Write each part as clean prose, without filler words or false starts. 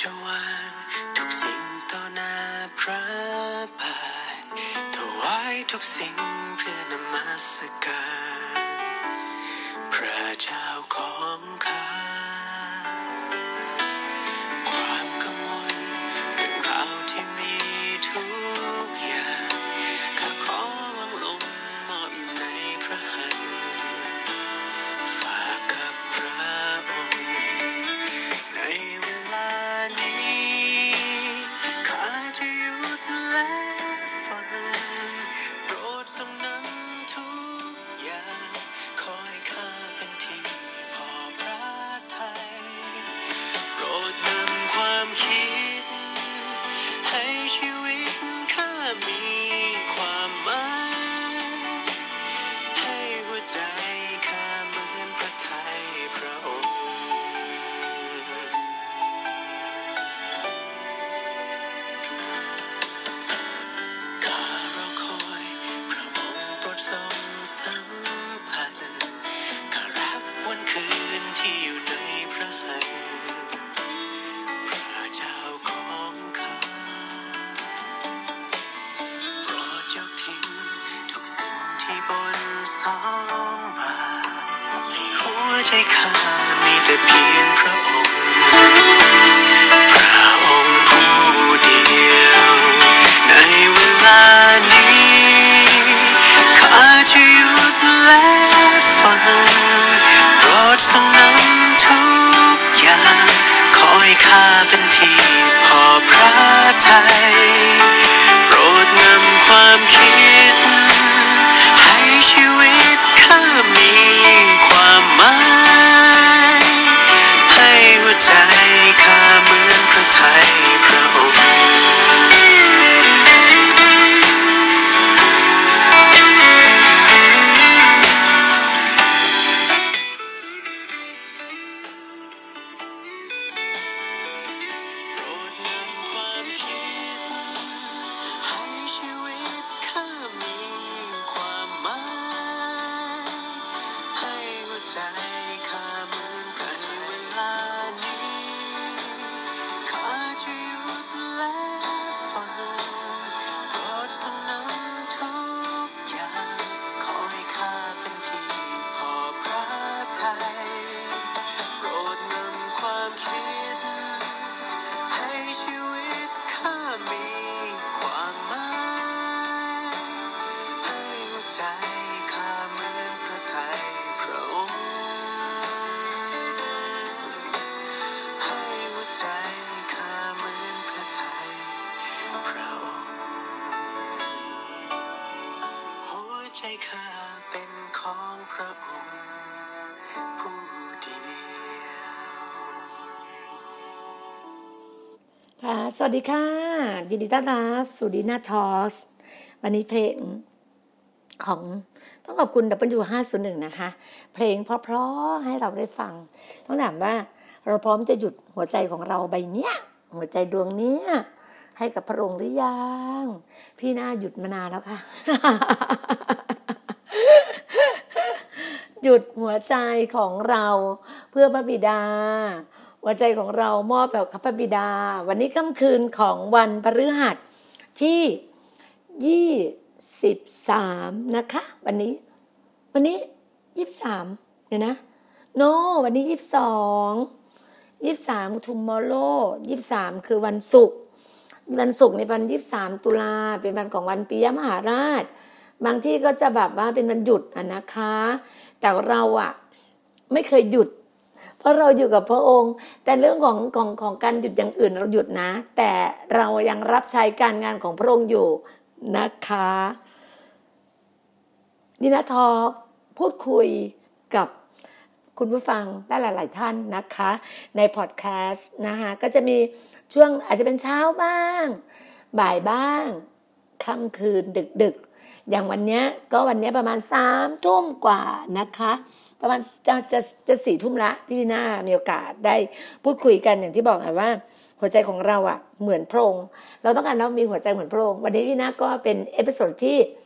จะวางทุกสิ่งต่อหน้าพระบาทถวายทุกสิ่งเพื่อนมัสการพระเจ้าของข้าความกังวลเรื่องราวที่มีทุกอย่างข้าขอวางลงมอบในพระหัตถ์ฝากกับพระองค์ในเวลานี้ข้าจะหยุดและฟังโปรดทรงนำทุกอย่างขอให้ข้าเป็นที่พอพระทัยโปรดนำความคิดให้ชีวิตข้ามีความหมายให้หัวใจข้าเหมือนพระทัยพระองค์ข้ารอคอยพระองค์โปรดทรงสัมผัสข้ารับวันคืนที่อยู่ในพระหัตถ์พระเจ้าของข้าโปรดยกทิ้งทุกสิ่งที่บนสองบ่าให้หัวใจข้ามีแต่เพียงพระองค์พระองค์ผู้เดียวในเวลานี้ข้าจะหยุดและฟังโปรดทรงนำทุกอย่างขอให้ข้าเป็นที่พอพระทัยโปรดนำความคิดให้ชีวิตข้ามีความหมายให้หัวใจข้าเหมือนพระทัยพระองค์โปรดนำความคิดให้ชีวิตข้ามีความหมายให้หัวใจข้าเหมือนพระทัยเวลานี้ข้าจะหยุดและฟังโปรดทรงนำทุกอย่างขอให้ข้าเป็นที่พอพระทัยโปรดนำความคิดให้ชีวิตข้ามีความหมายให้หัวใจข้าเหมือนพระทัยพระองค์ให้หัวใจข้าเหมือนพระทัยพระองค์หัวใจข้าเป็นของพระองค์ผู้เดียวค่ะสวัสดีค่ะยินดีต้อนรับสู่ดีน่าทอสวันนี้เพลงของต้องขอบคุณ W501 นะคะเพลงเพราะๆให้เราได้ฟังต้องถามว่าเราพร้อมจะหยุดหัวใจของเราใบเนี้ยหัวใจดวงเนี้ยให้กับพระองค์หรือยังพี่น่าหยุดมานานแล้วค่ะ หยุดหัวใจของเราเพื่อพระบิดาหัวใจของเรามอบแบบพระบิดาวันนี้ค่ำคืนของวันพฤหัสที่23นะคะวันนี้23เนี่ยนะวันนี้23 tomorrow 23คือวันศุกร์ในวัน23ตุลาเป็นวันของวันปิยมหาราชบางที่ก็จะแบบว่าเป็นวันหยุดนะคะแต่เราไม่เคยหยุดเพราะเราอยู่กับพระองค์แต่เรื่องของการหยุดอย่างอื่นเราหยุดนะแต่เรายังรับใช้การงานของพระองค์อยู่นะคะดินาทอพูดคุยกับคุณผู้ฟังได้หลายๆท่านนะคะในพอดแคสต์นะคะก็จะมีช่วงอาจจะเป็นเช้าบ้างบ่ายบ้างค่ำคืนดึกๆอย่างวันนี้ประมาณ3 ทุ่มกว่านะคะประมาณจะ4 ทุ่มละพี่ดีน่ามีโอกาสได้พูดคุยกันอย่างที่บอกว่าหัวใจของเราเหมือนพระองค์เราต้องการเรามีหัวใจเหมือนพระองค์วันนี้พี่ดีน่าก็เป็นเอพิโซด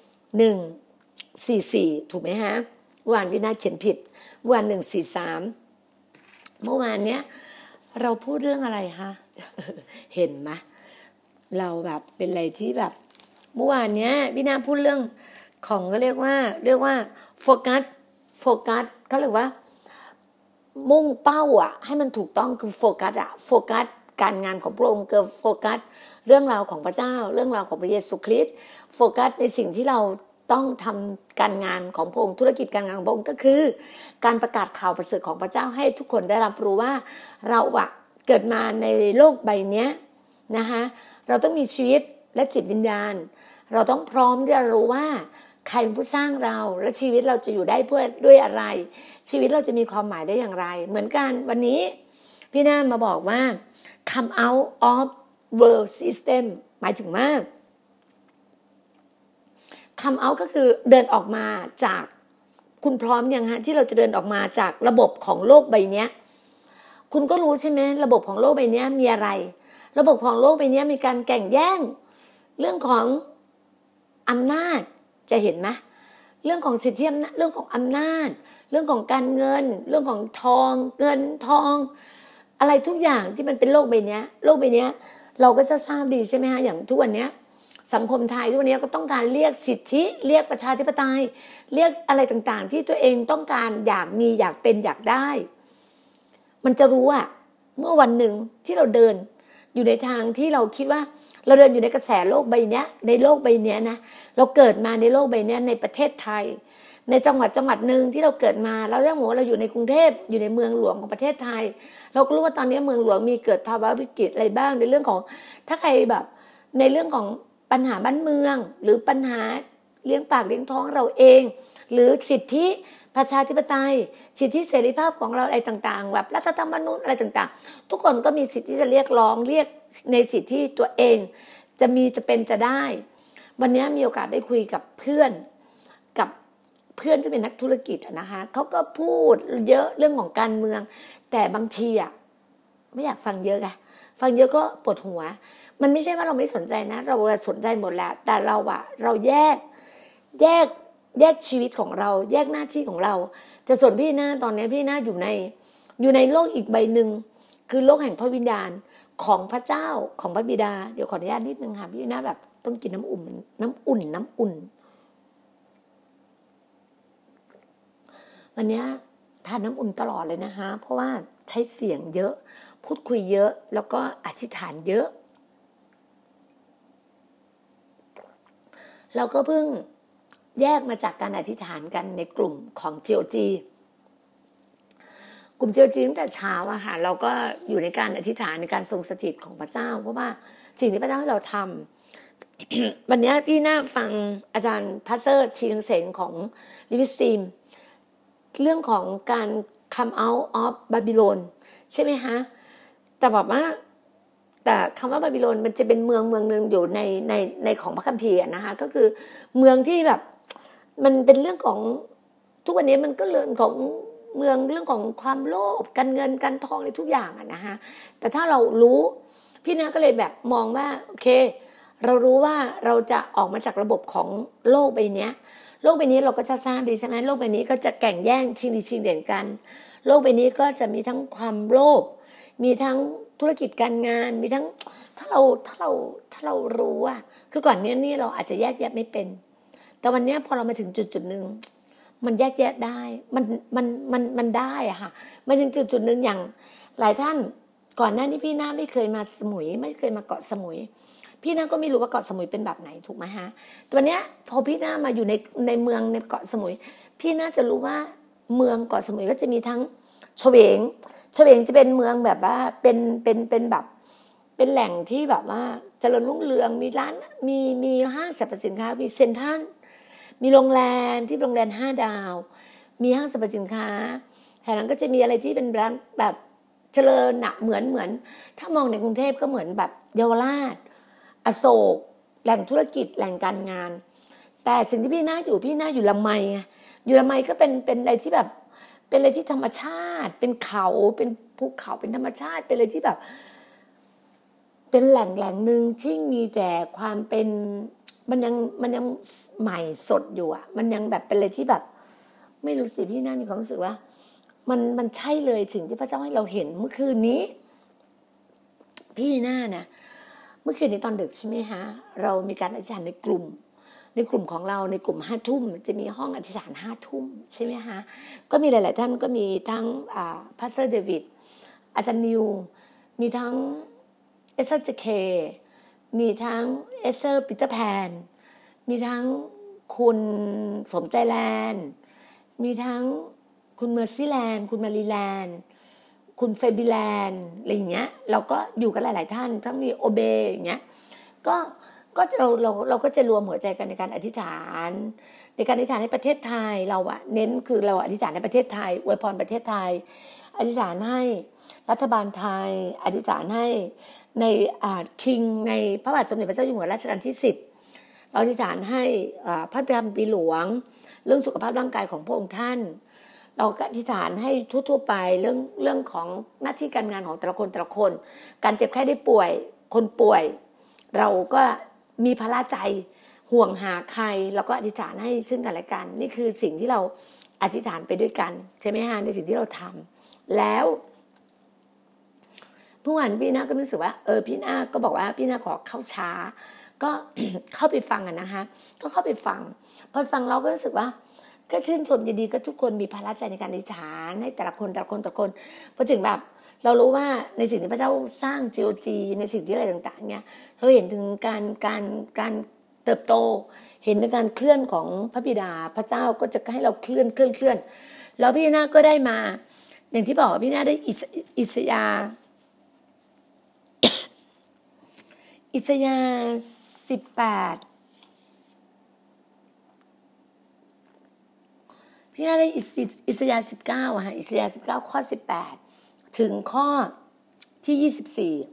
ที่144ถูกไหมฮะวันพี่ดีน่าเขียนผิดวัน143เมื่อวานเนี้ยเราพูดเรื่องอะไรคะเห็นไหมเราแบบเป็นอะไรที่แบบเมื่อวานเนี้ยพี่นาพูดเรื่องของก็เรียกว่าโฟกัสเขาเรียกว่ามุ่งเป้าอ่ะให้มันถูกต้องคือโฟกัสการงานของพระองค์คือโฟกัสเรื่องราวของพระเจ้าเรื่องราวของพระเยซูคริสต์โฟกัสในสิ่งที่เราต้องทำการงานของพระองค์ธุรกิจการงานของพระองค์ก็คือการประกาศข่าวประเสริฐของพระเจ้าให้ทุกคนได้รับรู้ว่าเราอะเกิดมาในโลกใบนี้นะคะเราต้องมีชีวิตและจิตวิญญาณเราต้องพร้อมที่จะรู้ว่าใครเป็นผู้สร้างเราและชีวิตเราจะอยู่ได้เพื่อด้วยอะไรชีวิตเราจะมีความหมายได้อย่างไรเหมือนกันวันนี้พี่นามาบอกว่า come out of world system หมายถึงว่าcome out ก็คือเดินออกมาจากคุณพร้อมยังฮะที่เราจะเดินออกมาจากระบบของโลกใบนี้คุณก็รู้ใช่ไหมระบบของโลกใบนี้มีอะไรระบบของโลกใบนี้มีการแข่งแย่งเรื่องของอำนาจจะเห็นไหมเรื่องของสิทธิอำนาจเรื่องของอำนาจเรื่องของการเงินเรื่องของทองเงินทองอะไรทุกอย่างที่มันเป็นโลกใบนี้เราก็จะทราบดีใช่ไหมฮะอย่างทุกวันนี้สังคมไทยทุกวันนี้ก็ต้องการเรียกสิทธิเรียกประชาธิปไตยเรียกอะไรต่างๆที่ตัวเองต้องการอยากมีอยากเป็นอยากได้มันจะรู้อะเมื่อวันหนึ่งที่เราเดินอยู่ในทางที่เราคิดว่าเราเดินอยู่ในกระแสโลกใบนี้ในโลกใบนี้นะเราเกิดมาในโลกใบนี้ในประเทศไทยในจังหวัดหนึ่งที่เราเกิดมาเราเรียกว่าเราอยู่ในกรุงเทพอยู่ในเมืองหลวงของประเทศไทยเราก็รู้ว่าตอนนี้เมืองหลวงมีเกิดภาวะวิกฤตอะไรบ้างในเรื่องของถ้าใครแบบในเรื่องของปัญหาบ้านเมืองหรือปัญหาเลี้ยงปากเลี้ยงท้องเราเองหรือสิทธิประชาธิปไตยสิทธิเสรีภาพของเราอะไรต่างๆแบบรัฐธรรมนูญอะไรต่างๆทุกคนก็มีสิทธิที่จะเรียกร้องเรียกในสิทธิตัวเองจะมีจะเป็นจะได้วันนี้มีโอกาสได้คุยกับเพื่อนที่เป็นนักธุรกิจนะคะเขาก็พูดเยอะเรื่องของการเมืองแต่บางทีอ่ะไม่อยากฟังเยอะไงฟังเยอะก็ปวดหัวมันไม่ใช่ว่าเราไม่สนใจนะเราสนใจหมดแหละแต่เราแยกชีวิตของเราแยกหน้าที่ของเราจะส่วนพี่หน้าตอนนี้พี่หน้าอยู่ในโลกอีกใบหนึ่งคือโลกแห่งพระวิญญาณของพระเจ้าของพระบิดาเดี๋ยวขออนุญาตนิดนึงค่ะพี่หน้าแบบต้องกินน้ำอุ่นวันนี้ทานน้ำอุ่นตลอดเลยนะคะเพราะว่าใช้เสียงเยอะพูดคุยเยอะแล้วก็อธิษฐานเยอะเราก็เพิ่งแยกมาจากการอธิษฐานกันในกลุ่มของ GOG กลุ่ม GOG ตั้งแต่เช้าอะค่ะเราก็อยู่ในการอธิษฐานในการทรงสถิตของพระเจ้าเพราะว่าสิ่งที่พระเจ้าให้เราทำ วันนี้พี่น่าฟังอาจารย์พาสเตอร์ชีรังเสนของลิวิสตีมเรื่องของการ come out of Babylon ใช่ไหมฮะแต่แบบว่าแต่คำว่าบาบิโลนมันจะเป็นเมืองนึงอยู่ในของพระคัมภีร์นะคะก็คือเมืองที่แบบมันเป็นเรื่องของทุกวันนี้มันก็เรื่องของเมืองเรื่องของความโลภการเงินการทองในทุกอย่างอะนะคะแต่ถ้าเรารู้พี่นาก็เลยแบบมองว่าโอเคเรารู้ว่าเราจะออกมาจากระบบของโลกใบนี้โลกใบนี้เราก็จะทราบดีใช่ไหมโลกใบนี้ก็จะแข่งแย่งชิงดีชิงเด่นกันโลกใบนี้ก็จะมีทั้งความโลภมีทั้งธุรกิจการงานมีทั้งถ้าเรารู้อะคือก่อนนี้นี่เราอาจจะแยกแยะไม่เป็นแต่วันนี้พอเรามาถึงจุดนึงมันแยกแยะได้มันได้อะค่ะมาถึงจุดนึงอย่างหลายท่านก่อนหน้านี้พี่นาไม่เคยมาสมุยไม่เคยมาเกาะสมุยพี่นาก็ไม่รู้ว่าเกาะสมุยเป็นแบบไหนถูกไหมฮะแต่วันนี้พอพี่นามาอยู่ในเมืองในเกาะสมุยพี่นาจะรู้ว่าเมืองเกาะสมุยก็จะมีทั้งเฉวงจะเป็นเมืองแบบว่าเป็นแบบเป็นแหล่งที่แบบว่าเจริญรุ่งเรืองมีร้านมีห้างสรรพสินค้ามีเซ็นทรัลมีโรงแรมที่โรงแรม5 ดาวมีห้างสรรพสินค้าแถวนั้นก็จะมีอะไรที่เป็นร้านแบบเจริญหนักเหมือนถ้ามองในกรุงเทพก็เหมือนแบบเยาวราชอโศกแหล่งธุรกิจแหล่งการงานแต่สิ่งที่พี่น่าอยู่ละไมไงอยู่ละไมก็เป็นอะไรที่แบบเป็นอะไรที่ธรรมชาติเป็นเขาเป็นภูเขาเป็นธรรมชาติเป็นอะไรที่แบบเป็นแหล่งนึงที่มีแต่ความเป็นมันยังใหม่สดอยู่อ่ะมันยังแบบเป็นอะไรที่แบบไม่รู้สิพี่น่ามีความรู้สึกว่ามันใช่เลยสิ่งที่พระเจ้าให้เราเห็นเมื่อคืนนี้พี่หน้านะเมื่อคืนนี้ตอนดึกใช่ไหมฮะเรามีการอธิษฐานในกลุ่มของเราในกลุ่ม5 ทุ่มจะมีห้องอธิษฐาน5 ทุ่มใช่ไหมฮะก็มีหลายๆท่านก็มีทั้งพาสเตอร์เดวิดอาจารย์นิวมีทั้งเอสเซอร์เจเคมีทั้งเอสเซอร์ปีเตอร์แพนมีทั้งคุณสมใจแลนด์มีทั้งคุณเมอร์ซี่แลนด์คุณมารีแลนด์คุณเฟบิแลนด์อะไรอย่างเงี้ยเราก็อยู่กันหลายๆท่านทั้งมีโอเบอย่างเงี้ยก็เราก็จะรวมหัวใจกันในการอธิษฐานในการอธิษฐานให้ประเทศไทยเราอะเน้นคือเราอธิษฐานในประเทศไทยอวยพรประเทศไทยอธิษฐานให้รัฐบาลไทยอธิษฐานให้ในคิงในพระบาทสมเด็จพระเจ้าอยู่หัวรัชกาลที่10เราอธิษฐานให้พระประจำปีหลวงเรื่องสุขภาพร่างกายของพระองค์ท่านเราก็อธิษฐานให้ทั่วๆไปเรื่องของหน้าที่การงานของแต่ละคนการเจ็บไข้ได้ป่วยคนป่วยเราก็มีภาระใจห่วงหาใครแล้วก็อธิษฐานให้ซึ่งกันและกันนี่คือสิ่งที่เราอธิษฐานไปด้วยกันใช่ไหมฮะในสิ่งที่เราทำแล้วเมื่อวานพี่นาก็รู้สึกว่าพี่นาก็บอกว่าพี่นาขอเข้าช้าก็ เข้าไปฟังกันนะคะก็เข้าไปฟังพอฟังเราก็รู้สึกว่าก็ชื่นชมยินดีก็ทุกคนมีภาระใจในการอธิษฐานให้แต่ละคนพอถึงแบบเรารู้ว่าในสิ่งที่พระเจ้าสร้าง GOG ในสิ่งที่อะไรต่างๆเนี่ยเราเห็นถึงการเติบโตเห็นในการเคลื่อนของพระบิดาพระเจ้าก็จะให้เราเคลื่อนแล้วพี่นาก็ได้มาอย่างที่บอกพี่นาได้อิสยา18พี่นาได้อิสยา19อ่ะฮะอิสยา19ข้อ18ถึงข้อที่24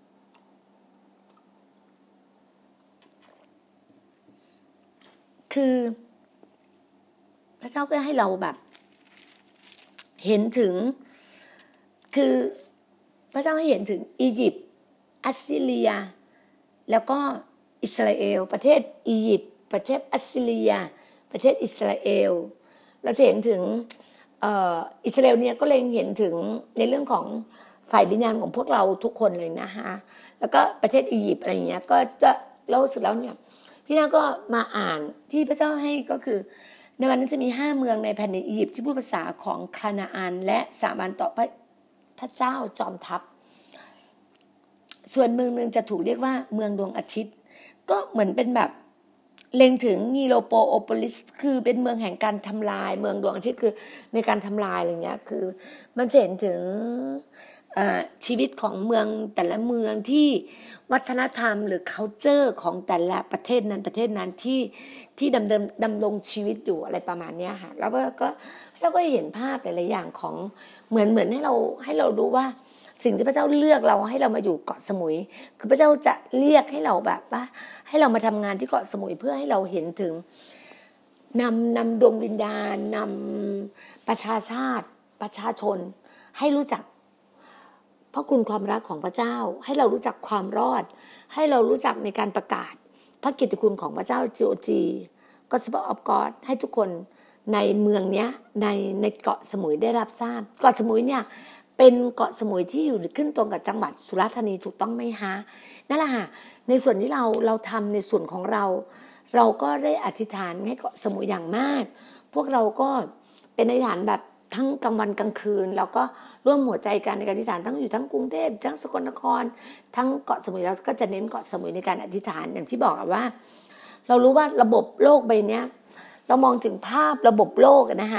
คือพระเจ้าก็ให้เราแบบเห็นถึงคือพระเจ้าให้เห็นถึงอียิปต์อัสซีเรียแล้วก็อิสราเอลประเทศอียิปต์ประเทศอัสซีเรียประเทศอิสราเอลเราจะเห็นถึงอิสราเอลเนี่ยก็เล็งเห็นถึงในเรื่องของฝ่ายวิญญาณของพวกเราทุกคนเลยนะคะแล้วก็ประเทศอียิปต์อะไรอย่างเงี้ยก็จะเล่าสุดแล้วเนี่ยพี่นาก็มาอ่านที่พระเจ้าให้ก็คือในวันนั้นจะมี5 เมืองในแผ่นดินอียิปต์ที่พูดภาษาของคานาอันและสาบานต่อพระเจ้าจอมทัพส่วนเมืองนึงจะถูกเรียกว่าเมืองดวงอาทิตย์ก็เหมือนเป็นแบบเล็งถึงนีโลโปโอโปลิสคือเป็นเมืองแห่งการทำลายเมืองดวงอาทิตย์คือในการทำลายอะไรเงี้ยคือมันเห็นถึงชีวิตของเมืองแต่ละเมืองที่วัฒนธรรมหรือ culture ของแต่ละประเทศนั้นที่ดำรงชีวิตอยู่อะไรประมาณนี้ค่ะแล้วก็เราก็เห็นภาพหลายๆอย่างของเหมือนให้เรารู้ว่าสิ่งที่พระเจ้าเลือกเราให้เรามาอยู่เกาะสมุยคือพระเจ้าจะเรียกให้เราแบบว่าให้เรามาทำงานที่เกาะสมุยเพื่อให้เราเห็นถึงนำดวงวิญญาณนำประชาชาติประชาชนให้รู้จักพระคุณความรักของพระเจ้าให้เรารู้จักความรอดให้เรารู้จักในการประกาศพระกิตติคุณของพระเจ้า GOG Gospel of God ให้ทุกคนในเมืองเนี้ยในเกาะสมุยได้รับทราบเกาะสมุยเนี่ยเป็นเกาะสมุยที่อยู่ขึ้นตรงกับจังหวัดสุราษฎร์ธานีถูกต้องไหมฮะนั่นแหละค่ะในส่วนที่เราทำในส่วนของเราก็ได้อธิษฐานให้เกาะสมุยอย่างมากพวกเราก็เป็นอธิษฐานแบบทั้งกลางวันกลางคืนแล้วก็ร่วมหัวใจกันในการอธิษฐานทั้งอยู่ทั้งกรุงเทพทั้งสกลนครทั้งเกาะสมุยเราก็จะเน้นเกาะสมุยในการอธิษฐานอย่างที่บอกว่าเรารู้ว่าระบบโลกใบนี้เรามองถึงภาพระบบโลกนะคะ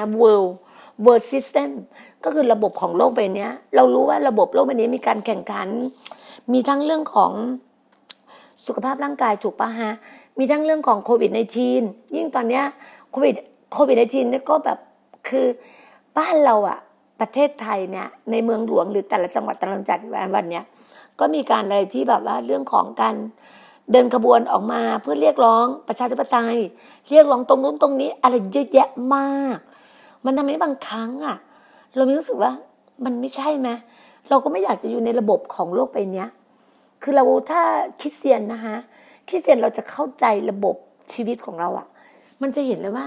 world system ก็คือระบบของโลกใบนี้เรารู้ว่าระบบโลกใบนี้มีการแข่งขันมีทั้งเรื่องของสุขภาพร่างกายถูกป่ะฮะมีทั้งเรื่องของโควิด-19 ยิ่งตอนเนี้ยโควิด-19 เนี่ยก็แบบคือบ้านเราอ่ะประเทศไทยเนี่ยในเมืองหลวงหรือแต่ละจังหวัดวันเนี้ยก็มีการอะไรที่แบบว่าเรื่องของการเดินขบวนออกมาเพื่อเรียกร้องประชาธิปไตยเรียกร้องตรงนู้นตรงนี้อะไรเยอะแยะมากมันทำให้บางครั้งอ่ะเรามีรู้สึกว่ามันไม่ใช่ไหมเราก็ไม่อยากจะอยู่ในระบบของโลกใบนี้คือเราถ้าคริสเตียนนะคะคริสเตียนเราจะเข้าใจระบบชีวิตของเราอ่ะมันจะเห็นเลยว่า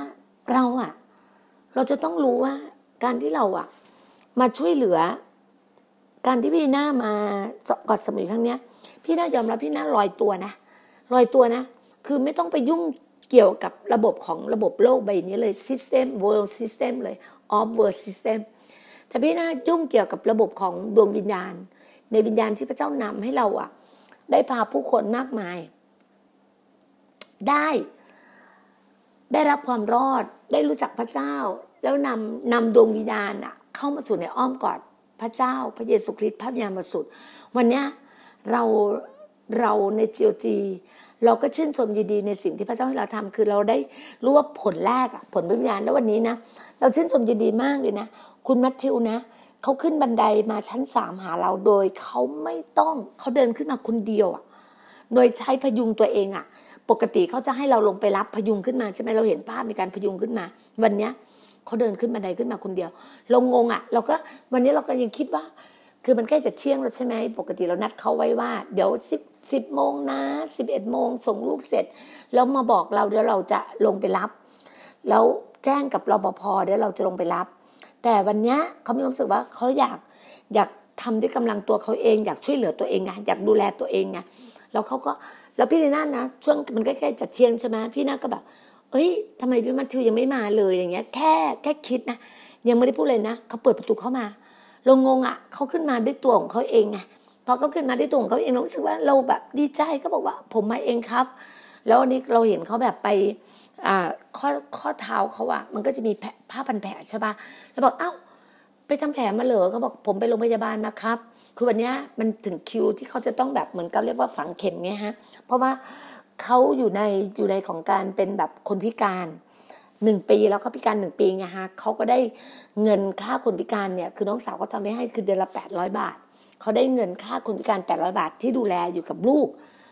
เราจะต้องรู้ว่าการที่เราอ่ะมาช่วยเหลือการที่พี่หน้ามาเกาะสมุยครั้งเนี้ยพี่น่ายอมรับพี่น่าลอยตัวนะคือไม่ต้องไปยุ่งเกี่ยวกับระบบของระบบโลกใบนี้เลย system world system เลย of world system แต่พี่น่ายุ่งเกี่ยวกับระบบของดวงวิญญาณในวิญญาณที่พระเจ้านำให้เราได้พาผู้คนมากมายได้รับความรอดได้รู้จักพระเจ้าแล้วนำดวงวิญญาณเข้ามาสู่ในอ้อมกอดพระเจ้าพระเยซูคริสต์พระวิญญาณบริสุทธิ์วันนี้เราใน GOG เราก็ชื่นชมยินดีในสิ่งที่พระเจ้าให้เราทำคือเราได้รู้ว่าผลแรกผลวิญญาณแล้ววันนี้นะเราชื่นชมยินดีมากเลยนะคุณมัทธิวนะเขาขึ้นบันไดมาชั้น3หาเราโดยเขาเดินขึ้นมาคนเดียวโดยใช้พยุงตัวเองปกติเขาจะให้เราลงไปรับพยุงขึ้นมาใช่ไหมเราเห็นภาพในการพยุงขึ้นมาวันนี้เขาเดินขึ้นบันไดขึ้นมาคนเดียวเรางงเราก็วันนี้เราก็ยังคิดว่าคือมันใกล้จะเที่ยงแล้วใช่ไหมปกติเรานัดเขาไว้ว่าเดี๋ยว10 โมงนะ11 โมงส่งลูกเสร็จแล้วมาบอกเราเดี๋ยวเราจะลงไปรับแล้วแจ้งกับรปภเดี๋ยวเราจะลงไปรับแต่วันนี้เขามีความรู้สึกว่าเขาอยากทำด้วยกำลังตัวเขาเองอยากช่วยเหลือตัวเองไงอยากดูแลตัวเองไงแล้วพี่ลีน่านะช่วงมันใกล้ๆจะเที่ยงใช่ไหมพี่น่าก็แบบทำไมพี่มัทธิวยังไม่มาเลยอย่างเงี้ยแค่คิดนะยังไม่ได้พูดเลยนะเขาเปิดประตูเข้ามาเรางงเขาขึ้นมาด้วยตัวของเขาเองไงพอเขาขึ้นมาด้วยตัวของเขาเองเรารู้สึกว่าเราแบบดีใจก็บอกว่าผมมาเองครับแล้ววันนี้เราเห็นเขาแบบไปข้อเท้าเขามันก็จะมีผ้าพันแผลใช่ป่ะแล้วบอกไปทำแผลมาเหรอเขาบอกผมไปโรงพยาบาลมาครับคือวันนี้มันถึงคิวที่เขาจะต้องแบบเหมือนกับเรียกว่าฝังเข็มไงฮะเพราะว่าเขาอยู่ในของการเป็นแบบคนพิการ1 ปีแล้วก็พิการ1 ปีไงฮะเขาก็ได้เงินค่าคนพิการเนี่ยคือน้องสาวก็ทำให้คือเดือนละ800 บาทเขาได้เงินค่าคนพิการ800 บาทที่ดูแลอยู่กับลูก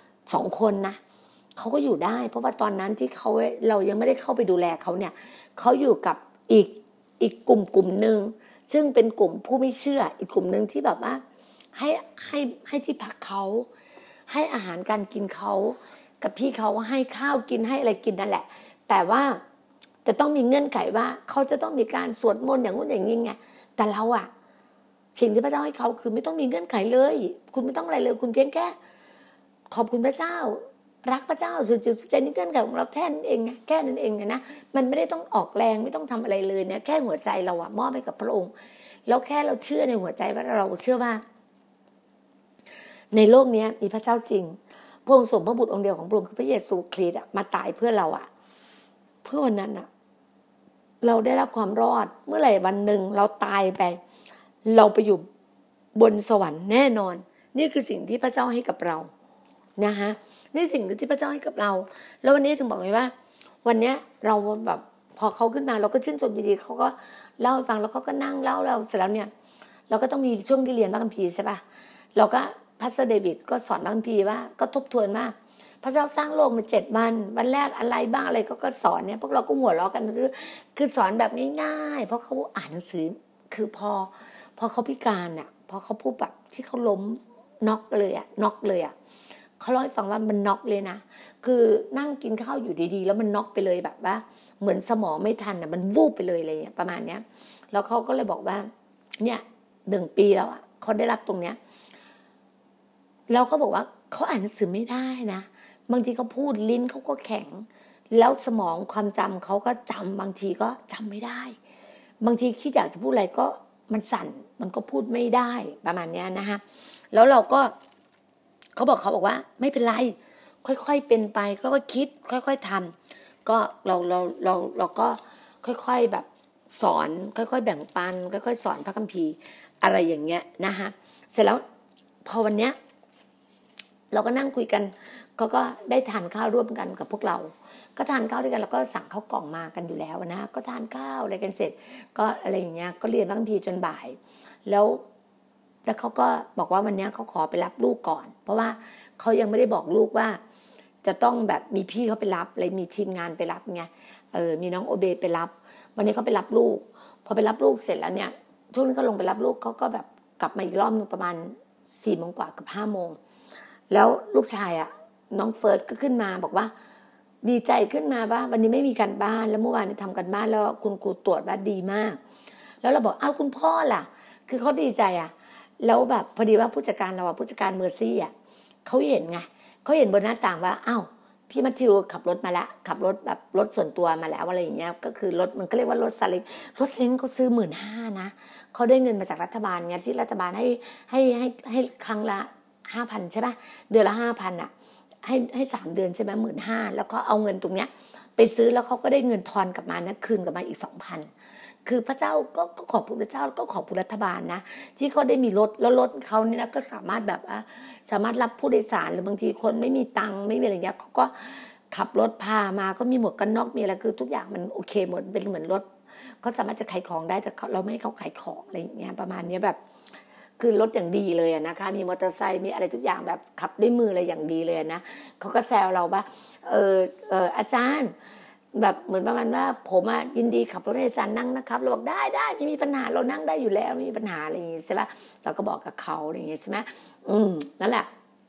2 คนนะเขาก็อยู่ได้เพราะว่าตอนนั้นที่เรายังไม่ได้เข้าไปดูแลเขาเนี่ยเขาอยู่กับอีกกลุ่มนึงซึ่งเป็นกลุ่มผู้ไม่เชื่ออีกกลุ่มนึงที่แบบว่าให้ที่พักเขาให้อาหารการกินเขากับพี่เขาให้ข้าวกินให้อะไรกินนั่นแหละแต่ว่าจะต้องมีเงื่อนไขว่าเขาจะต้องมีการสวดมนต์อย่างนู้นอย่างนี้ไงแต่เราสิ่งที่พระเจ้าให้เขาคือไม่ต้องมีเงื่อนไขเลยคุณไม่ต้องอะไรเลยคุณเพียงแค่ขอบคุณพระเจ้ารักพระเจ้าสุดจิตสุดใจนี่เงื่อนไขของเราแค่นั้นเองไงแค่นั้นเองนะมันไม่ได้ต้องออกแรงไม่ต้องทำอะไรเลยเนี่ยแค่หัวใจเรามอบให้กับพระองค์แล้วแค่เราเชื่อในหัวใจว่าเราเชื่อว่าในโลกนี้มีพระเจ้าจริงพระองค์ส่งพระบุตรองค์เดียวของพระองค์คือพระเยซูคริสต์มาตายเพื่อเราเพื่อวันนั้นเราได้รับความรอดเมื่อไหร่วันหนึ่งเราตายไปเราไปอยู่บนสวรรค์แน่นอนนี่คือสิ่งที่พระเจ้าให้กับเรานะฮะนี่สิ่งที่พระเจ้าให้กับเราแล้ววันนี้ถึงบอกไงว่าวันนี้เราแบบพอเขาขึ้นมาเราก็ชื่นชมดีๆเขาก็เล่าให้ฟังแล้วเขาก็นั่งเล่าเสร็จแล้วเนี่ยเราก็ต้องมีช่วงที่เรียนพระคัมภีร์ใช่ป่ะเราก็พาสเตอร์เดวิดก็สอนพระคัมภีร์ว่าก็ทบทวนว่าพระเจ้าสร้างโลกมา7 วันแรกอะไรบ้างอะไรเขาก็สอนเนี่ยพวกเราก็หัวเราะกันคือสอนแบบง่ายๆเพราะเขาอ่านหนังสือคือพอเขาพิการพอเขาพูดแบบที่เขาล้มน็อกเลยเขาเล่าให้ฟังว่ามันน็อกเลยนะคือนั่งกินข้าวอยู่ดีๆแล้วมันน็อกไปเลยแบบว่าเหมือนสมองไม่ทันมันวูบไปเลยอะไรอย่างเงี้ยประมาณเนี้ยแล้วเขาก็เลยบอกว่าเนี่ย1 ปีแล้วเขาได้รับตรงเนี้ยแล้วเขาบอกว่าเขาอ่านหนังสือไม่ได้นะบางทีเขาพูดลิ้นเขาก็แข็งแล้วสมองความจำเขาก็จำบางทีก็จำไม่ได้บางทีคิดอยากจะพูดอะไรก็มันสั่นมันก็พูดไม่ได้ประมาณนี้นะคะแล้วเราก็เขาบอกว่าไม่เป็นไรค่อยๆเป็นไปค่อยๆคิดค่อยๆทำก็เราก็ค่อยๆแบบสอนค่อยๆแบ่งปันค่อยๆสอนพระคัมภีร์อะไรอย่างเงี้ยนะคะเสร็จแล้วพอวันเนี้ยเราก็นั่งคุยกันเขาก็ได้ทานข้าวร่วมกันกับพวกเราก็ทานข้าวด้วยกันแล้วก็สั่งข้าวกล่องมากันอยู่แล้วนะก็ทานข้าวอะไรกันเสร็จก็อะไรอย่างเงี้ยก็เรียนพระคัมภีร์จนบ่ายแล้วเขาก็บอกว่าวันนี้เขาขอไปรับลูกก่อนเพราะว่าเขายังไม่ได้บอกลูกว่าจะต้องแบบมีพี่เขาไปรับอะไรมีทีมงานไปรับไงมีน้องโอเบไปรับวันนี้เขาไปรับลูกพอไปรับลูกเสร็จแล้วเนี่ยช่วงนี้เขาลงไปรับลูกเขาก็แบบกลับมาอีกรอบนึงประมาณ4 โมงกว่ากับ5 โมงแล้วลูกชายน้องเฟิร์สก็ขึ้นมาบอกว่าดีใจขึ้นมาว่าวันนี้ไม่มีการบ้านแล้วเมื่อวานทำการบ้านแล้วคุณครูตรวจว่าดีมากแล้วเราบอกอ้าวคุณพ่อล่ะคือเขาดีใจแล้วแบบพอดีว่าผู้จัดการเราผู้จัดการเมอร์ซี่เขาเห็นไงเขาเห็นบนหน้าต่างว่าอ้าวพี่มัทธิวขับรถมาแล้วขับรถแบบรถส่วนตัวมาแล้วอะไรอย่างเงี้ยก็คือรถมันก็เรียกว่ารถซาเล้งเขาซื้อ 15,000 นะเขาได้เงินมาจากรัฐบาลไงที่รัฐบาลให้ครั้งละ 5,000 ใช่ป่ะเดือนละ 5,000 ให้3 เดือนใช่ไหม 15,000 แล้วก็เอาเงินตรงเนี้ยไปซื้อแล้วเขาก็ได้เงินทอนกลับมานะคืนกลับมาอีก 2,000 คือพระเจ้าก็ขอบคุณพระเจ้าแล้วก็ขอบคุณรัฐบาลนะที่เขาได้มีรถแล้วรถเขานี่นะก็สามารถแบบสามารถรับผู้โดยสารหรือบางทีคนไม่มีตังค์ไม่มีอะไรเงี้ยเขาก็ขับรถพามาก็มีหมวกกันน็อกมีอะไรคือทุกอย่างมันโอเคหมดเป็นเหมือนรถเขาสามารถจะขายของได้แต่เราไม่ให้เขาขายของอะไรอย่างเงี้ยประมาณนี้แบบคือรถอย่างดีเลยนะคะมีมอเตอร์ไซค์มีอะไรทุกอย่างแบบขับด้วยมืออะไรอย่างดีเลยนะเขาก็แซวเราว่าอาจารย์แบบเหมือนประมาณว่าผมยินดีขับรถให้อาจารย์นั่งนะครับเราบอกได้ไม่มีปัญหาเรานั่งได้อยู่แล้วไม่มีปัญหาอะไรอย่างงี้ใช่ป่ะเราก็บอกกับเขาอะไรอย่างงี้ใช่ไหมนั่นแหละ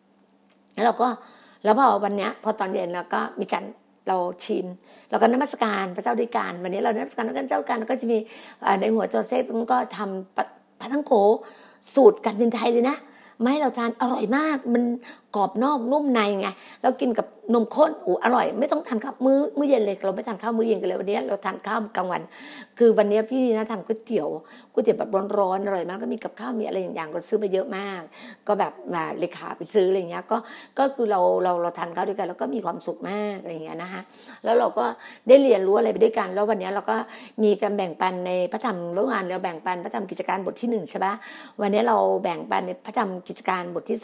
แล้วพอวันเนี้ยพอตอนเย็นเราก็มีการเราชิมเราก็นมัสการพระเจ้าด้วยกันวันนี้เรานมัสการแล้วก็เจ้ากันแล้วก็จะมีในหัวโจเซฟมันก็ทำปลาท่องโกสูตรการบินไทยเลยนะไม่ให้เราทานอร่อยมากมันกรอบนอกนุ่มในไงแล้วกินกับนมข้นอร่อยไม่ต้องทานข้าวมื้อเย็นเลยเราไม่ทานข้าวมื้อเย็นกันเลยวันนี้เราทานข้าวกลางวันคือวันนี้พี่นะทำก๋วยเตี๋ยวแบบร้อนๆอร่อยมากก็มีกับข้าวมีอะไรอย่างเราซื้อไปเยอะมากก็แบบมาเลขาไปซื้ออะไรอย่างเงี้ยก็คือเราทานข้าวด้วยกันแล้วก็มีความสุขมากอะไรอย่างเงี้ยนะคะแล้วเราก็ได้เรียนรู้อะไรไปด้วยกันแล้ววันนี้เราก็มีการแบ่งปันในพระธรรมเมื่อวานเราแบ่งปันพระธรรมกิจการบทที่1ใช่ป่ะวันนี้เราแบ่งปันในพระธรรมกิจการบทที่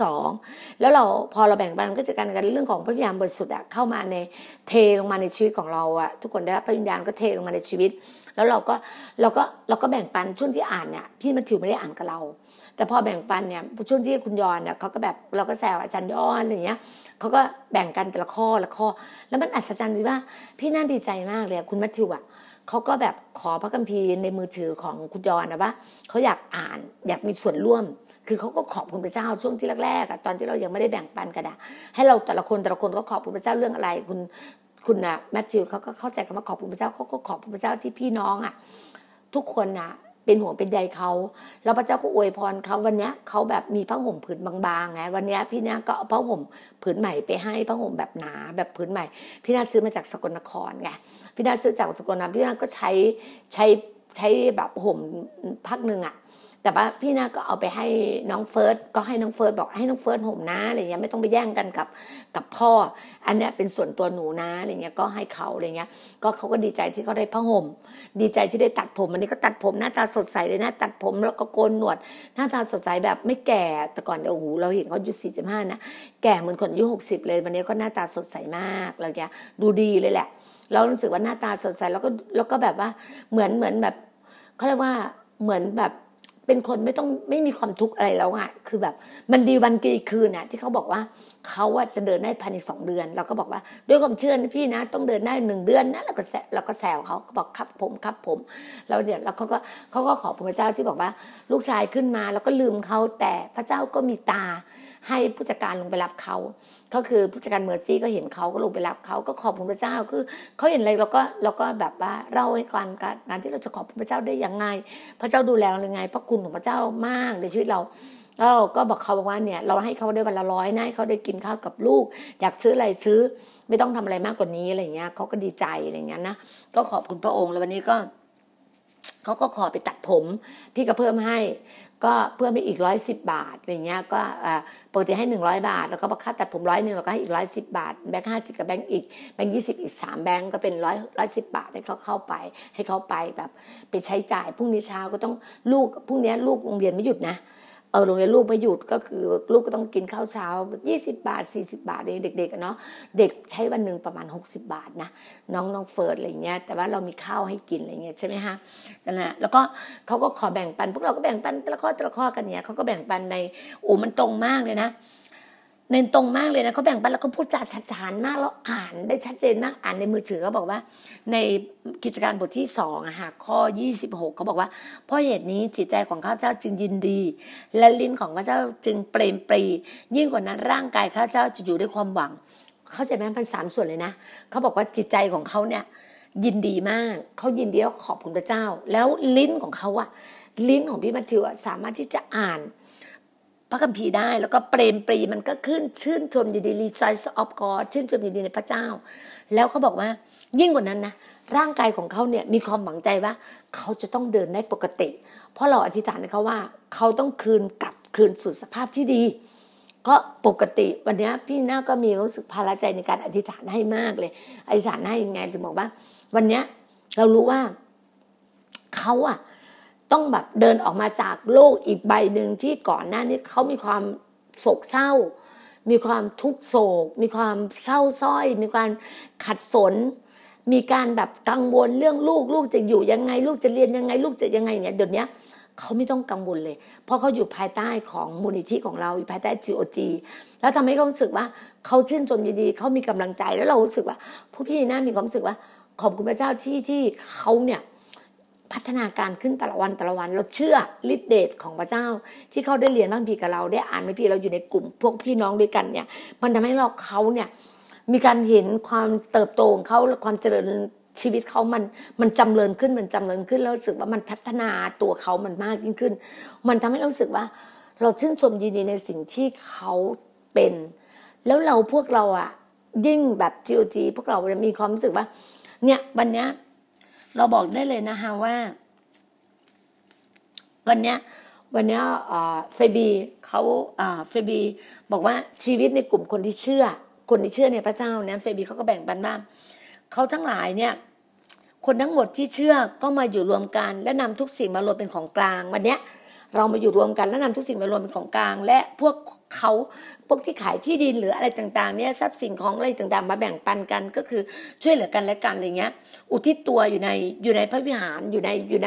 2แล้วพอเราแบ่งปันกิจการกันเรื่องของพระวิญญาณบริสุทธิ์เข้ามาในเทลงมาในชีวิตของเราทุกคนได้รับพระวิญญาณก็เทลงมาในชีวิตแล้วเราก็แบ่งปันช่วงที่อ่านเนี่ยพี่มัทธิวไม่ได้อ่านกับเราแต่พอแบ่งปันเนี่ยช่วงที่คุณยอนเนี่ยเขาก็แบบเราก็แซวอาจารย์ยอนอะไรอย่างเงี้ยเขาก็แบ่งกันแต่ละข้อแล้วมันอัศจรรย์จริงว่าพี่น่าดีใจมากเลยคุณมัทธิวเขาก็แบบขอพระคัมภีร์ในมือถือของคุณยอนนะว่าเขาอยากอ่านอยากมีส่วนร่วมคือเขาก็ขอบคุณพระเจ้าช่วงที่แรกๆตอนที่เรายังไม่ได้แบ่งปันกันให้เราแต่ละคนก็ขอบคุณพระเจ้าเรื่องอะไรคุณแมทธิวเขาก็เข้าใจคำว่าขอบคุณพระเจ้าเขาก็ขอบคุณพระเจ้าที่พี่น้องทุกคนเป็นห่วงเป็นใยเขาแล้วพระเจ้าก็อวยพรเขาวันนี้เขาแบบมีผ้าห่มผืนบางๆไงวันนี้พี่นาก็เอาผ้าห่มผืนใหม่ไปให้ผ้าห่มแบบหนาแบบผืนใหม่พี่นาซื้อมาจากสกลนครไงพี่นาซื้อจากสกลนครพี่นาก็ใช้แบบห่มพักนึงแต่ว่าพี่นาก็เอาไปให้น้องเฟิร์สก็ให้น้องเฟิร์สบอกให้น้องเฟิร์สห่มนะอะไรเงี้ยไม่ต้องไปแย่งกันกับพ่ออันเนี้ยเป็นส่วนตัวหนูนะอะไรเงี้ยก็ให้เขาอะไรเงี้ยก็เขาก็ดีใจที่เขาได้ผ้าห่มดีใจที่ได้ตัดผมวันนี้ก็ตัดผมหน้าตาสดใสเลยนะตัดผมแล้วก็โกนหนวดหน้าตาสดใสแบบไม่แก่แต่ก่อนโอ้โหเราเห็นเขาอายุ45นะแก่เหมือนคนอายุ60เลยวันนี้ก็หน้าตาสดใสมากอะไรเงี้ยดูดีเลยแหละเรารู้สึกว่าหน้าตาสดใสแล้วก็แบบว่าเหมือนแบบเขาเรียกว่าเหมือนแบบเป็นคนไม่มีความทุกข์อะไรแล้วคือแบบมันดีวันกี่คืนที่เขาบอกว่าเขาจะเดินได้ภายใน2 เดือนเราก็บอกว่าด้วยความเชื่อนะพี่นะต้องเดินได้1 เดือนนะเราก็แซวเขาก็บอกครับผมแล้วเดี๋ยวเขาก็ขอบพระเจ้าที่บอกว่าลูกชายขึ้นมาแล้วก็ลืมเขาแต่พระเจ้าก็มีตาให้ผู้จัดการลงไปรับเขาก็คือผู้จัดการเมอร์ซี่ก็เห็นเขาก็ลงไปรับเขาก็ขอบคุณพระเจ้าคือเขาเห็นอะไรเราก็แบบว่าเล่าให้ฟังการที่เราจะขอบคุณพระเจ้าได้ยังไงพระเจ้าดูแลยังไงพระคุณของพระเจ้ามากในชีวิตเราแล้วเราก็บอกเขาว่าเนี่ยเราให้เขาได้วันละ100นะให้เขาได้กินข้าวกับลูกอยากซื้ออะไรซื้อไม่ต้องทำอะไรมากกว่านี้อะไรเงี้ยเขาก็ดีใจอะไรเงี้ยนะก็ขอบคุณพระองค์แล้ววันนี้ก็เขาก็ขอไปตัดผมพี่ก็เพิ่มให้ก็เพิ่มไปอีก110 บาทอะไรเงี้ยก็ปกติให้100 บาทแล้วก็ค่าตัดผม100แล้วก็ให้อีก110 บาทแบงค์50กับแบงค์20อีก3 แบงค์ก็เป็น110 บาทให้เขาเข้าไปให้เขาไปแบบไปใช้จ่ายพรุ่งนี้เช้าก็ต้องลูกพรุ่งนี้ลูกโรงเรียนไม่หยุดนะโรงเรียนลูกไม่หยุดก็คือลูกก็ต้องกินข้าวเช้า20 บาท40 บาทเด็กๆเนาะเด็กใช้วันนึงประมาณ60 บาทนะน้องเฟิร์สอะไรเงี้ยแต่ว่าเรามีข้าวให้กินอะไรเงี้ยใช่ไหมฮะนั่นแหละแล้วก็เขาก็ขอแบ่งปันพวกเราก็แบ่งปันแต่ละข้อกันเนี่ยเขาก็แบ่งปันในมันตรงมากเลยนะเน้นตรงมากเลยนะเขาแบ่งปันแล้วก็พูดจาชัดเจนมากแล้วอ่านได้ชัดเจนมากอ่านในมือถือเขาบอกว่าในกิจการบทที่2ข้อ26เขาบอกว่าเพราะเหตุนี้จิตใจของข้าพเจ้าจึงยินดีและลิ้นของข้าพเจ้าจึงเปรมปรียิ่งกว่านั้นร่างกายข้าพเจ้าจะอยู่ด้วยความหวังเข้าใจไหมมัน3 ส่วนเลยนะเขาบอกว่าจิตใจของเขาเนี่ยยินดีมากเขายินดีแล้วขอบคุณพระเจ้าแล้วลิ้นของเขาลิ้นของพี่มัทธิวสามารถที่จะอ่านพระคัมภีร์ได้แล้วก็เปรมปรีมันก็ขึ้นชื่นชมยินดี rejoice of God ชื่นชมยินดีในพระเจ้าแล้วเขาบอกว่ายิ่งกว่านั้นนะร่างกายของเขาเนี่ยมีความหวังใจว่าเขาจะต้องเดินได้ปกติเพราะเราอธิษฐานให้เขาว่าเขาต้องคืนสู่สภาพที่ดีก็ปกติวันนี้พี่น่าก็มีรู้สึกภาระใจในการอธิษฐานให้มากเลยอธิษฐานให้ยังไงถึงบอกว่าวันนี้เรารู้ว่าเขาอะต้องแบบเดินออกมาจากโลกอีกใบหนึ่งที่ก่อนหน้านี้เขามีความโศกเศร้ามีความทุกข์โศกมีความเศร้าส้อยมีความขัดสนมีการแบบกังวลเรื่องลูกจะอยู่ยังไงลูกจะเรียนยังไงลูกจะยังไงเนี่ยเดี๋ยวนี้เขาไม่ต้องกังวลเลยเพราะเขาอยู่ภายใต้ของมูลนิธิของเราอยู่ภายใต้ GOG แล้วทำให้เขารู้สึกว่าเขาชื่นชมยินดีเขามีกำลังใจแล้วเรารู้สึกว่าผู้พี่น่ามีความรู้สึกว่าขอบคุณพระเจ้าที่เขาเนี่ยพัฒนาการขึ้นแต่ละวันเราเชื่อฤทธิ์เดชของพระเจ้าที่เขาได้เรียนพระคัมภีร์กับเราได้อ่านพระคัมภีร์เราอยู่ในกลุ่มพวกพี่น้องด้วยกันเนี่ยมันทำให้เขาเนี่ยมีการเห็นความเติบโตของเขาและความเจริญชีวิตเขามันจำเริญขึ้นแล้วรู้สึกว่ามันพัฒนาตัวเขามันมากยิ่งขึ้นมันทำให้เรารู้สึกว่าเราชื่นชมยินดีในสิ่งที่เขาเป็นแล้วพวกเราอ่ะยิ่งแบบ GOG พวกเรามีความรู้สึกว่าเนี่ยวันเนี้ยเราบอกได้เลยนะคะว่าวันเนี้ยเฟบีเขาเฟบีบอกว่าชีวิตในกลุ่มคนที่เชื่อในพระเจ้าเนี่ยเฟบีเขาก็แบ่งปันว่าเขาทั้งหลายเนี่ยคนทั้งหมดที่เชื่อก็มาอยู่รวมกันและนำทุกสิ่งมารวมเป็นของกลางวันเนี้ยเรามาอยู่รวมกันและนำทุกสิ่งมารวมเป็นของกลางและพวกที่ขายที่ดินหรืออะไรต่างๆเนี่ยทรัพย์สินของอะไรต่างๆมาแบ่งปันกันก็คือช่วยเหลือกันและกันอะไรเงี้ยอุทิศตัวอยู่ในพระวิหารอยู่ในอยู่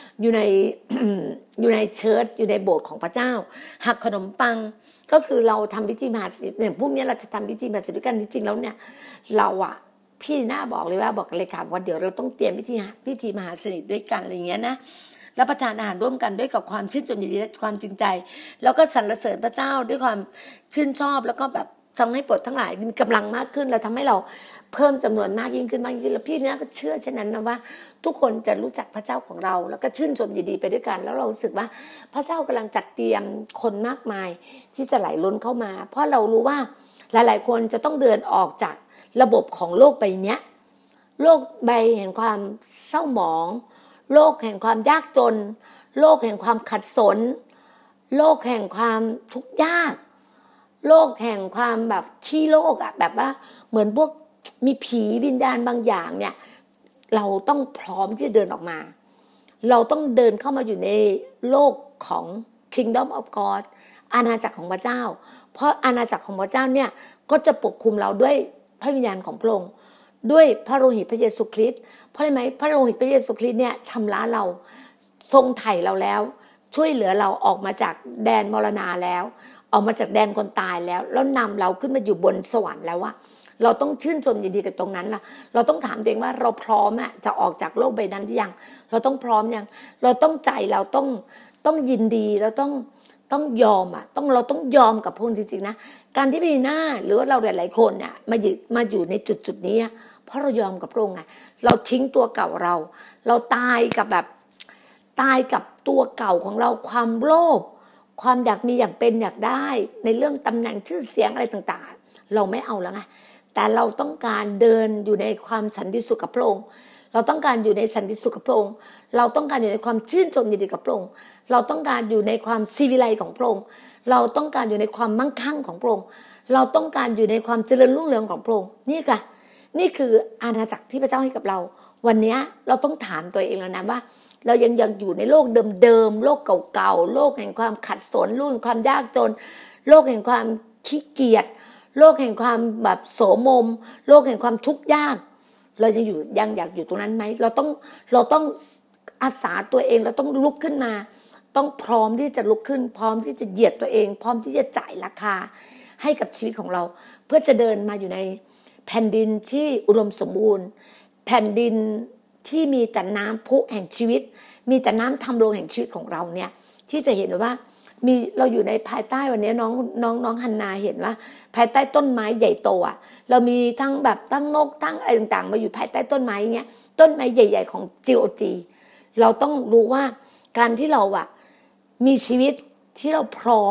ในเชิร์ชอยู่ในโบสถ์ของพระเจ้าหักขนมปังก็คือเราทำพิธีมหาสนิทเนี่ยพวกนี้เราจะทำพิธีมหาสนิทด้วยกันจริงๆแล้วเนี่ยเราอะพี่น่าบอกเลยค่ะว่าเดี๋ยวเราต้องเตรียมพิธีมหาสนิทด้วยกันอะไรเงี้ยนะรับประทานอาหารร่วมกันด้วยกับความชื่นชมยินดีและความจริงใจแล้วก็สรรเสริญพระเจ้าด้วยความชื่นชอบแล้วก็แบบทำให้โปรดทั้งหลายมีกำลังมากขึ้นแล้วทำให้เราเพิ่มจำนวนมากยิ่งขึ้นแล้วพี่เนี่ยก็เชื่อเช่นนั้นนะว่าทุกคนจะรู้จักพระเจ้าของเราแล้วก็ชื่นชมยินดีไปด้วยกันแล้วเรารู้สึกว่าพระเจ้ากำลังจัดเตรียมคนมากมายที่จะไหลล้นเข้ามาเพราะเรารู้ว่าหลายๆคนจะต้องเดินออกจากระบบของโลกใบนี้โลกใบแห่งความเศร้าหมองโลกแห่งความยากจนโลกแห่งความขัดสนโลกแห่งความทุกข์ยากโลกแห่งความแบบขี้โลกอ่ะแบบว่าเหมือนพวกมีผีวิญญาณบางอย่างเนี่ยเราต้องพร้อมที่จะเดินออกมาเราต้องเดินเข้ามาอยู่ในโลกของ Kingdom of God อาณาจักรของพระเจ้าเพราะอาณาจักรของพระเจ้าเนี่ยก็จะปกคุมเราด้วยพระวิญญาณของพระองค์ด้วยพระโลหิตพระเยซูคริสต์เพราะอะไรไหมพระโลหิตพระเยซูคริสต์เนี่ยชำระเราทรงไถ่เราแล้วช่วยเหลือเราออกมาจากแดนมรณะแล้วออกมาจากแดนคนตายแล้วนำเราขึ้นมาอยู่บนสวรรค์แล้วว่าเราต้องชื่นชมยินดีกับตรงนั้นล่ะเราต้องถามตัวเองว่าเราพร้อมอ่ะจะออกจากโลกใบนั้นหรือยังเราต้องพร้อมยังเราต้องใจเราต้องยินดีเราต้องยอมอ่ะเราต้องยอมกับพระองค์จริงๆนะการที่มีหน้าหรือว่าเราหลายๆคนน่ะมาอยู่ในจุดนี้เพราะเรายอมกับพระองค์ไงเราทิ้งตัวเก่าเราตายกับตัวเก่าของเราความโลภความอยากมีอยากเป็นอยากได้ในเรื่องตำแหน่งชื่อเสียงอะไรต่างๆเราไม่เอาแล้วไงแต่เราต้องการเดินอยู่ในความสันติสุขกับพระองค์เราต้องการอยู่ในสันติสุขกับพระองค์เราต้องการอยู่ในความชื่นชมยินดีกับพระองค์เราต้องการอยู่ในความศิวิไลของพระองค์เราต้องการอยู่ในความมั่งคั่งของพระองค์เราต้องการอยู่ในความเจริญรุ่งเรืองของพระองค์นี่คืออาณาจักรที่พระเจ้าให้กับเราวันนี้เราต้องถามตัวเองแล้วนะว่าเรายังอยู่ในโลกเดิมๆโลกเก่าๆโลกแห่งความขัดสนโลกแห่งความยากจนโลกแห่งความขี้เกียจโลกแห่งความแบบโสมมโลกแห่งความทุกข์ยากเรายังอยากอยู่ตรงนั้นไหมเราต้องอาสาตัวเองเราต้องลุกขึ้นมาต้องพร้อมที่จะลุกขึ้นพร้อมที่จะเหยียดตัวเองพร้อมที่จะจ่ายราคาให้กับชีวิตของเราเพื่อจะเดินมาอยู่ในแผ่นดินที่อุดมสมบูรณ์แผ่นดินที่มีแต่น้ำพุแห่งชีวิตมีแต่น้ำทำโรงแห่งชีวิตของเราเนี่ยที่จะเห็นว่าเราอยู่ในภายใต้วันนี้น้องฮันนาเห็นว่าภายใต้ต้นไม้ใหญ่โตอ่ะเรามีทั้งแบบตั้งนกตั้งอะไรต่างๆมาอยู่ภายใต้ต้นไม้เงี้ยต้นไม้ใหญ่ๆของ GOG เราต้องรู้ว่าการที่เราอ่ะมีชีวิตที่เราพร้อม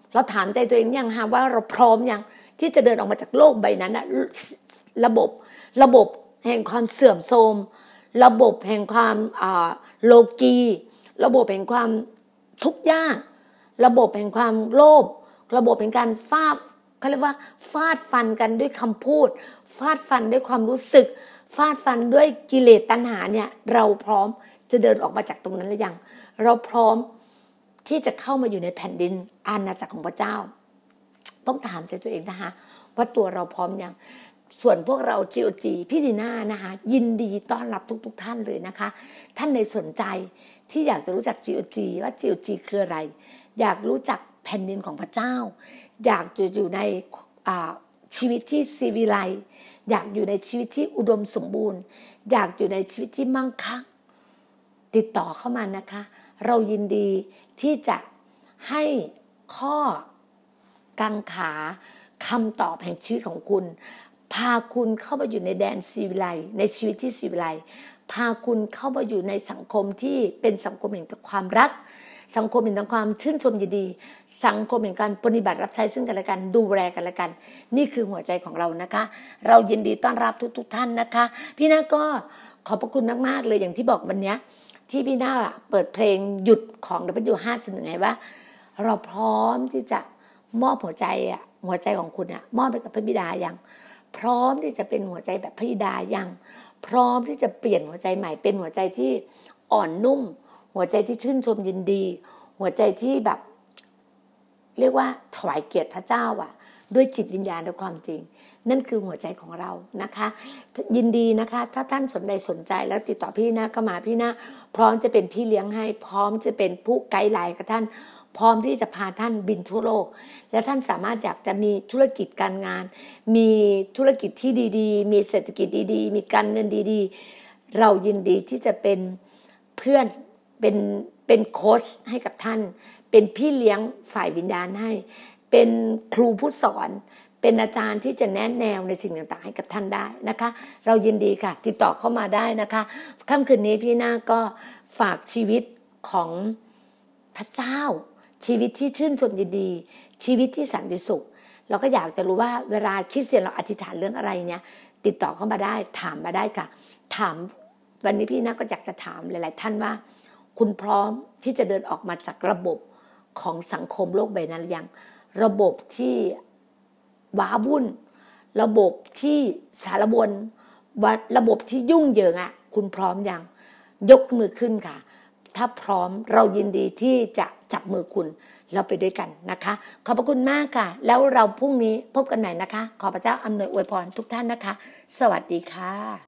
เราถามใจตัวเองยังฮะว่าเราพร้อมยังที่จะเดินออกมาจากโลกใบนั้นนะระบบแห่งความเสื่อมโทรมระบบแห่งความโลกีระบบแห่งความทุกข์ยากระบบแห่งความโลภระบบแห่งการเขาเรียกว่าฟาดฟันกันด้วยคำพูดฟาดฟันด้วยความรู้สึกฟาดฟันด้วยกิเลสตัณหาเนี่ยเราพร้อมจะเดินออกมาจากตรงนั้นหรือยังเราพร้อมที่จะเข้ามาอยู่ในแผ่นดินอาณาจักรของพระเจ้าต้องถามใจตัวเองนะคะว่าตัวเราพร้อมยังส่วนพวกเรา GOG พี่ดีน่านะคะยินดีต้อนรับทุกท่านเลยนะคะท่านในสนใจที่อยากจะรู้จัก GOG ว่า GOG คืออะไรอยากรู้จักแผ่นดินของพระเจ้าอยากจะอยู่ในชีวิตที่ศิวิไลซ์อยากอยู่ในชีวิตที่อุดมสมบูรณ์อยากอยู่ในชีวิตที่มั่งคั่งติดต่อเข้ามานะคะเรายินดีที่จะให้ข้อกังขาคำตอบแห่งชีวิตของคุณพาคุณเข้ามาอยู่ในแดนศิวิไลซ์ในชีวิตที่ศิวิไลซ์พาคุณเข้ามาอยู่ในสังคมที่เป็นสังคมแห่งความรักสังคมแห่งความชื่นชมยินดีสังคมแห่งการปฏิบัติรับใช้ซึ่งกันและกันดูแลกันและกันนี่คือหัวใจของเรานะคะเรายินดีต้อนรับทุกท่านนะคะพี่นาก็ขอบพระคุณมากๆเลยอย่างที่บอกวันนี้ที่พี่นาเปิดเพลงหยุดของ W5 ไงว่าเราพร้อมที่จะมอบหัวใจของคุณมอบไปกับพระบิดายังพร้อมที่จะเป็นหัวใจแบบพระบิดายังพร้อมที่จะเปลี่ยนหัวใจใหม่เป็นหัวใจที่อ่อนนุ่มหัวใจที่ชื่นชมยินดีหัวใจที่แบบเรียกว่าถวายเกียรติพระเจ้าด้วยจิตวิญญาณและความจริงนั่นคือหัวใจของเรานะคะยินดีนะคะถ้าท่านสนใจแล้วติดต่อพี่นาก็มาพี่นาพร้อมจะเป็นพี่เลี้ยงให้พร้อมจะเป็นผู้ไกด์ไลน์กับท่านพร้อมที่จะพาท่านบินทั่วโลกและท่านสามารถอยากจะมีธุรกิจการงานมีธุรกิจที่ดีๆมีเศรษฐกิจดีๆมีการเงินดีๆเรายินดีที่จะเป็นเพื่อนเป็นโค้ชให้กับท่านเป็นพี่เลี้ยงฝ่ายวิญญาณให้เป็นครูผู้สอนเป็นอาจารย์ที่จะแนะแนวในสิ่งต่างๆให้กับท่านได้นะคะเรายินดีค่ะติดต่อเข้ามาได้นะคะค่ำคืนนี้พี่นาก็ฝากชีวิตของพระเจ้าชีวิตที่ชื่นชมยินดีชีวิตที่สันติสุขเราก็อยากจะรู้ว่าเวลาคริสเตียนเราอธิษฐานเรื่องอะไรเนี่ยติดต่อเข้ามาได้ถามมาได้ค่ะถามวันนี้พี่นาก็อยากจะถามหลายๆท่านว่าคุณพร้อมที่จะเดินออกมาจากระบบของสังคมโลกใบนั้นหรือยังระบบที่ว้าวุ่นระบบที่สารวนระบบที่ยุ่งเหยิงคุณพร้อมยังยกมือขึ้นค่ะถ้าพร้อมเรายินดีที่จะจับมือคุณเราไปด้วยกันนะคะขอบพระคุณมากค่ะแล้วเราพรุ่งนี้พบกันใหม่นะคะขอพระเจ้าอำนวยอวยพรทุกท่านนะคะสวัสดีค่ะ